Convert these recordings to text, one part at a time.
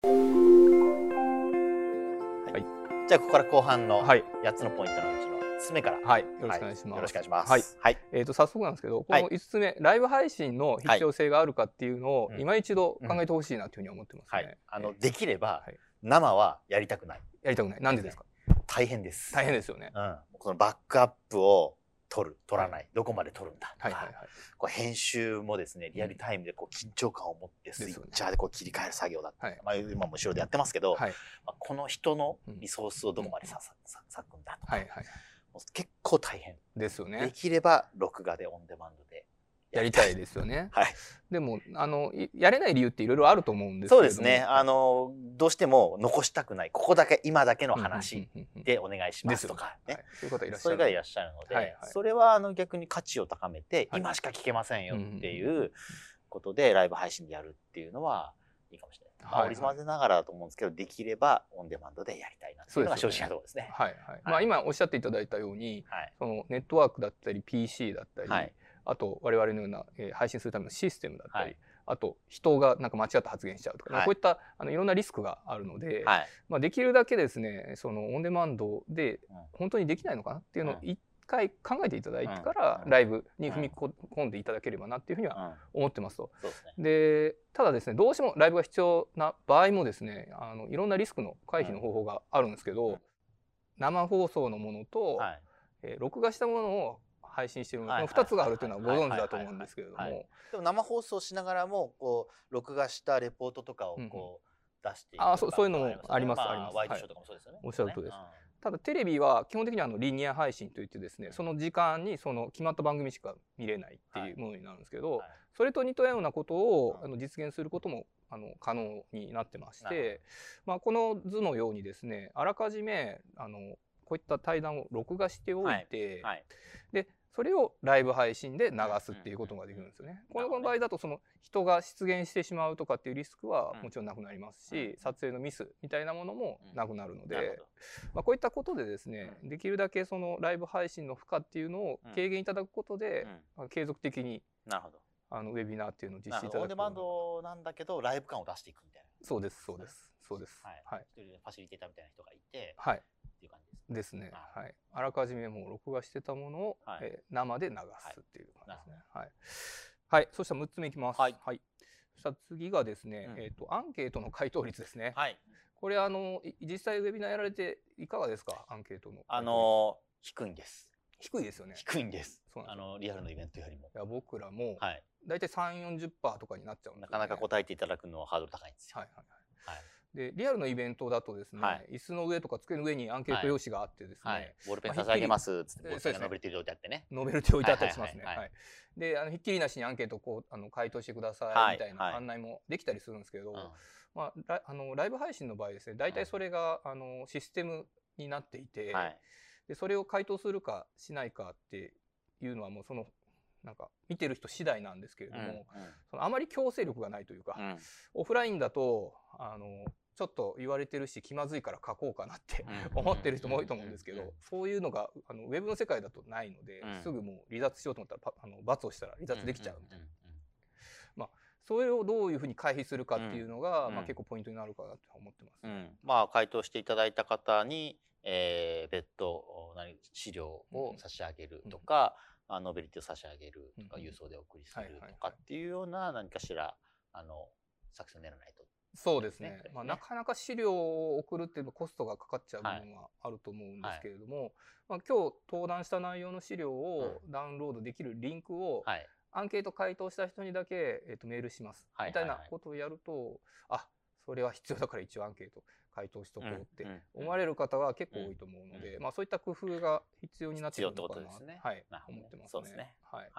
はい、じゃあここから後半の8つのポイントのうちの5つ目から、 はい、よろしくお願いします。 よろしくお願いします。はい。 早速なんですけど、この5つ目、ライブ配信の必要性があるかっていうのを今一度考えてほしいなというふうに思ってますね。 できれば生はやりたくない。 やりたくない。なんでですか？ 大変です。 大変ですよね。 このバックアップを取らない、どこまで取るんだとか、編集もですね、リアルタイムで緊張感を持ってスイッチャーで切り替える作業だったり、今も後ろでやってますけど、この人のリソースをどこまで割くんだとか、結構大変ですよね。 できれば録画でオンデマンドでやりたいですよね。でもやれない理由っていろいろあると思うんですけども。 そうですね。どうしても残したくない、ここだけ今だけの話でお願いしますとかね。 そういう方いらっしゃる。 それがいらっしゃるので、それは逆に価値を高めて今しか聞けませんよっていうことでライブ配信でやるっていうのはいいかもしれない。織り交ぜながらだと思うんですけど、できればオンデマンドでやりたいなっていうのが正直なところですね。 今おっしゃっていただいたように、そのネットワークだったり PC だったり、あと我々のような配信するためのシステムだったり、あと人がなんか間違って発言しちゃうとか、こういったいろんなリスクがあるので、できるだけですね、そのオンデマンドで本当にできないのかなっていうのを一回考えていただいてからライブに踏み込んでいただければなっていうふうには思ってますと。で、ただですね、どうしてもライブが必要な場合もですね、いろんなリスクの回避の方法があるんですけど、生放送のものと録画したものを配信しているの、この2つがあるというのはご存知だと思うんですけれども、 でも生放送しながらも録画したレポートとかを出していく、 そういうのもあります。 ワイドショーとかもそうですよね。 おっしゃるとおりです。ただテレビは基本的にはリニア配信といってですね、その時間にその決まった番組しか見れないっていうものになるんですけど、それと似たようなことを実現することも可能になってまして、この図のようにですね、あらかじめこういった対談を録画しておいて、でそれをライブ配信で流すっていうことができるんですよね。この場合だとその人が出現してしまうとかっていうリスクはもちろんなくなりますし、撮影のミスみたいなものもなくなるので、こういったことでですね、できるだけそのライブ配信の負荷っていうのを軽減いただくことで、継続的にウェビナーっていうのを実施いただく。 オンデマンドなんだけどライブ感を出していくみたいな。 そうです、そうです、そうです。 一人でファシリテーターみたいな人がいて。 っていう感じですね。あらかじめもう録画してたものを生で流すっていう感じですね。はい。そしたら6つ目いきます。そしたら次がですね、アンケートの回答率ですね。これ実際ウェビナーやられていかがですか、アンケートの。 低いんです。 低いですよね。 低いんです。リアルのイベントよりも。 いや僕らもだいたい3、40% とかになっちゃうんです。 なかなか答えていただくのはハードル高いんですよ。 でリアルのイベントだとですね、椅子の上とか机の上にアンケート用紙があってですね、 ボールペン差し上げますっつってボールペンがノベルティで置いてあってね。 ノベルティ置いてあったりしますね。でひっきりなしにアンケートを回答してくださいみたいな案内もできたりするんですけど、ライブ配信の場合ですね、大体それがシステムになっていて、でそれを回答するかしないかっていうのはもうそのなんか見てる人次第なんですけれども、あまり強制力がないというか、オフラインだとちょっと言われてるし気まずいから書こうかなって思ってる人も多いと思うんですけど、そういうのがウェブの世界だとないので、すぐもう離脱しようと思ったら×をしたら離脱できちゃうみたいな。それをどういうふうに回避するかっていうのが結構ポイントになるかなと思ってます。 回答していただいた方に別途資料を差し上げるとか、ノベルティを差し上げるとか、郵送でお送りするとかっていうような何かしら作戦を練らないと。 そうですね。なかなか資料を送るっていうのコストがかかっちゃう部分はあると思うんですけれども、今日登壇した内容の資料をダウンロードできるリンクをアンケート回答した人にだけメールしますみたいなことをやると、それは必要だから一応アンケート回答しとこうって思われる方は結構多いと思うので、そういった工夫が必要になってくるのかなと思ってますね。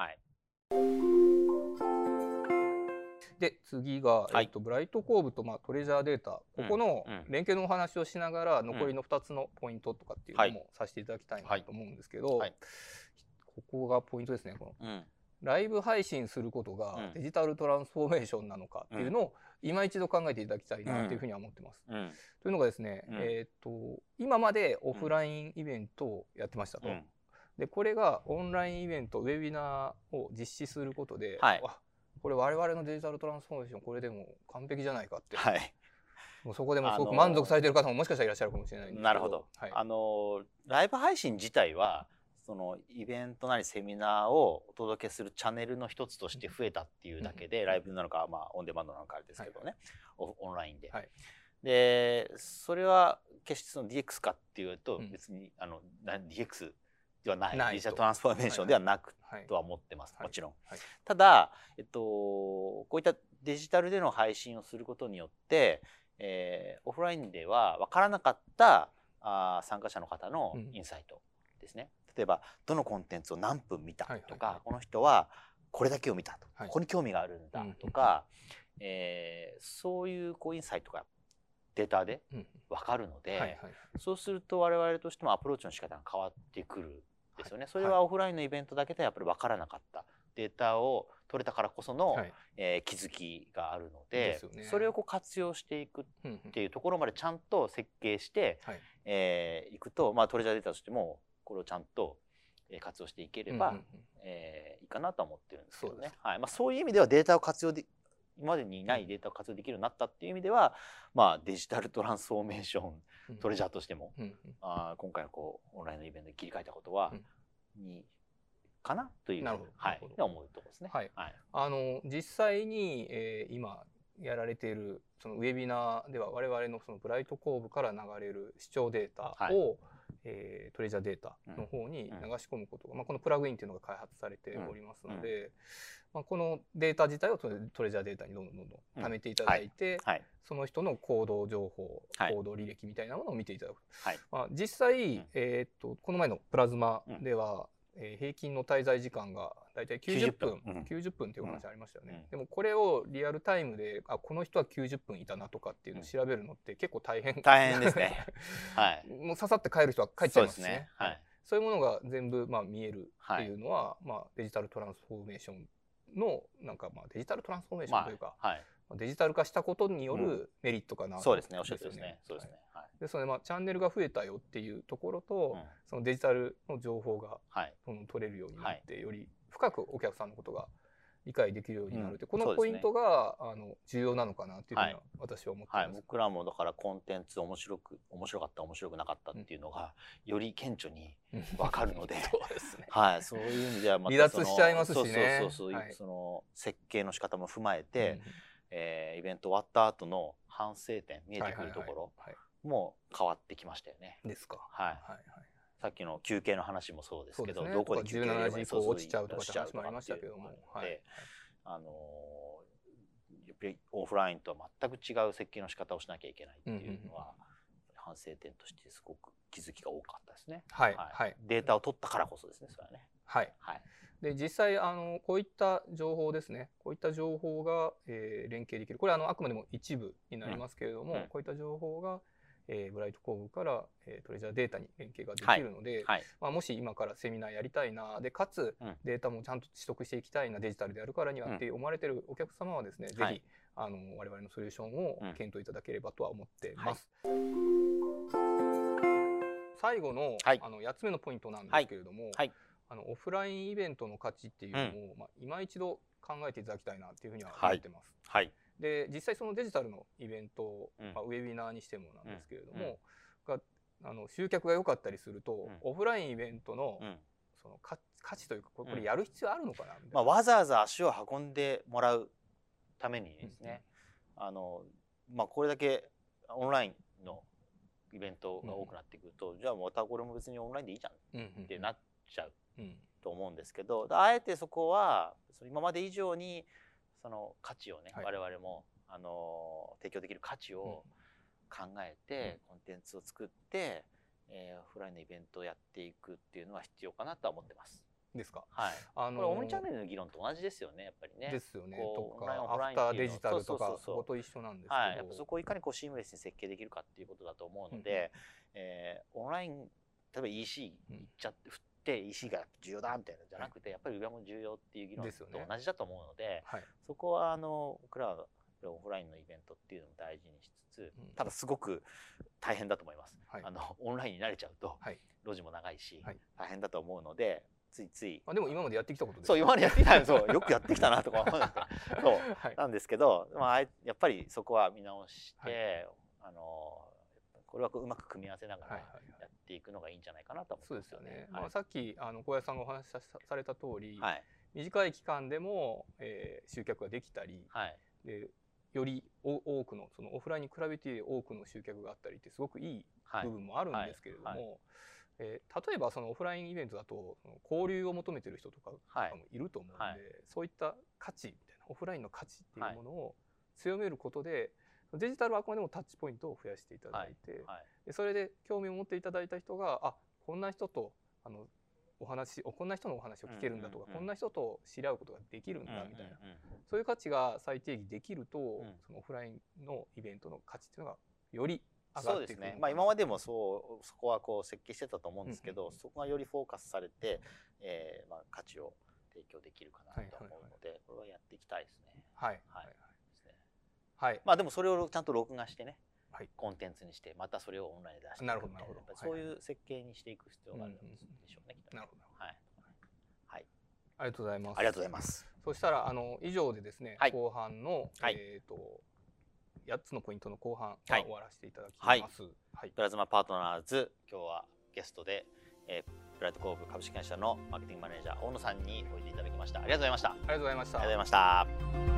で次がブライトコーブとトレジャーデータ、ここの連携のお話をしながら残りの2つのポイントとかっていうのもさせていただきたいなと思うんですけど、ここがポイントですね。このライブ配信することがデジタルトランスフォーメーションなのかっていうのを今一度考えていただきたいなというふうには思ってます。というのがですね、今までオフラインイベントをやってましたと。でこれがオンラインイベントウェビナーを実施することで、これ我々のデジタルトランスフォーメーションこれでも完璧じゃないかってもうそこでもすごく満足されてる方ももしかしたらいらっしゃるかもしれないんですけど。 なるほど。はい、ライブ配信自体はそのイベントなりセミナーをお届けするチャンネルの一つとして増えたっていうだけで、ライブなのか、まあ、オンデマンドなのかあれですけどね、オンラインで。でそれは決してその DX かっていうと別にDX ではない、デジタルトランスフォーメーションではなくとは思ってます、もちろん。ただ、こういったデジタルでの配信をすることによって、オフラインでは分からなかった参加者の方のインサイトですね。例えばどのコンテンツを何分見たとか、この人はこれだけを見たとか、ここに興味があるんだとか、そういうインサイトがデータで分かるので、そうすると我々としてもアプローチの仕方が変わってくるんですよね。それはオフラインのイベントだけでやっぱり分からなかったデータを取れたからこその気づきがあるので、それを活用していくっていうところまでちゃんと設計していくと、トレジャーデータとしてもこれをちゃんと活用していければいいかなと思ってるんですけどね。そういう意味ではデータを活用で今までにないデータを活用できるようになったっていう意味では、デジタルトランスフォーメーショントレジャーとしても今回のオンラインのイベントに切り替えたことはいいかなという思うところですね。 実際に今やられているそのウェビナーでは我々のそのブライトコーブから流れる視聴データをトレジャーデータの方に流し込むことが、このプラグインというのが開発されておりますので、このデータ自体をトレジャーデータにどんどん貯めていただいて、その人の行動情報、行動履歴みたいなものを見ていただく。実際、この前のプラズマでは、平均の滞在時間がだいたい90分という話ありましたよね。でもこれをリアルタイムでこの人は90分いたなとかっていうのを調べるのって結構大変ですね。 もうささって帰る人は帰っちゃいますしね。そういうものが全部見えるっていうのはデジタルトランスフォーメーションのデジタルトランスフォーメーションというかデジタル化したことによるメリットかなと。 そうですね、おっしゃるとおりですね。 ですのでチャンネルが増えたよっていうところと、そのデジタルの情報が取れるようになって、より深くお客さんのことが理解できるようになるこのポイントが重要なのかなっていうふうには私は思ってます。 僕らもだからコンテンツ面白かった面白くなかったっていうのがより顕著に分かるので、そういう意味では離脱しちゃいますしね。 その設計の仕方も踏まえて、イベント終わった後の反省点見えてくるところも変わってきましたよね。 ですか。 さっきの休憩の話もそうですけど、 どこで休憩17時以降落ちちゃうとかって話もありましたけども、 やっぱりオフラインとは全く違う設計の仕方をしなきゃいけないっていうのは反省点としてすごく気づきが多かったですね。データを取ったからこそですね、それはね。 で実際こういった情報ですね、こういった情報が連携できる、これあくまでも一部になりますけれども、こういった情報がブライトコーブからトレジャーデータに連携ができるので、もし今からセミナーやりたいなでかつデータもちゃんと取得していきたいな、デジタルでやるからにはって思われているお客様はですね、ぜひ我々のソリューションを検討いただければとは思っています。最後の8つ目のポイントなんですけれども、オフラインイベントの価値っていうのを今一度考えていただきたいなっていうふうには思ってます。で実際そのデジタルのイベント、ウェビナーにしてもなんですけれども、集客が良かったりすると、オフラインイベントのその価値というか、これやる必要あるのかなみたいな。 わざわざ足を運んでもらうためにですね、これだけオンラインのイベントが多くなってくると、じゃあまたこれも別にオンラインでいいじゃんってなっちゃうと思うんですけど、あえてそこは今まで以上にその価値をね、我々も提供できる価値を考えてコンテンツを作って、オフラインのイベントをやっていくっていうのは必要かなとは思ってます。 ですか。 これオムニチャンネルの議論と同じですよね、やっぱりね。 ですよね。とかアフターデジタルとかそこと一緒なんですけど、 やっぱそこをいかにシームレスに設計できるかっていうことだと思うので、オンライン例えば EC 行っちゃって振って EC が重要だみたいなのじゃなくて、やっぱり裏も重要っていう議論と同じだと思うので、そこは僕らはオフラインのイベントっていうのを大事にしつつ、ただすごく大変だと思います。オンラインに慣れちゃうと路地も長いし大変だと思うので、ついついでも今までやってきたことです。 そう今までやってきたよくやってきたなとか思うんですけど、なんですけど、やっぱりそこは見直して、 れはうまく組み合わせながらやっていくのがいいんじゃないかなと思いますよね。 そうですよね。まあ、さっき小林さんがお話しされた通り、短い期間でも、集客ができたり、でより多くのそのオフラインに比べて多くの集客があったりってすごくいい部分もあるんですけれども、例えばそのオフラインイベントだとその交流を求めてる人とかもいると思うので、そういった価値みたいなオフラインの価値っていうものを強めることで、デジタルはあくまでもタッチポイントを増やしていただいて、でそれで興味を持っていただいた人がこんな人とこんな人のお話を聞けるんだとか、こんな人と知り合うことができるんだみたいな、そういう価値が再定義できると、そのオフラインのイベントの価値っていうのがより上がってくる。そうですね。 今までもそこは設計してたと思うんですけど、そこがよりフォーカスされて、価値を提供できるかなと思うので、これはやっていきたいですね。でもそれをちゃんと録画してね、コンテンツにしてまたそれをオンラインで出していくみたいな、そういう設計にしていく必要があるんでしょうね。 なるほど。ありがとうございます。 ありがとうございます。 そしたら以上でですね、後半の8つのポイントの後半終わらせていただきます。 プラズマパートナーズ、今日はゲストでプライドコープ株式会社のマーケティングマネージャー大野さんにおいでいただきました。ありがとうございました。 ありがとうございました。 ありがとうございました。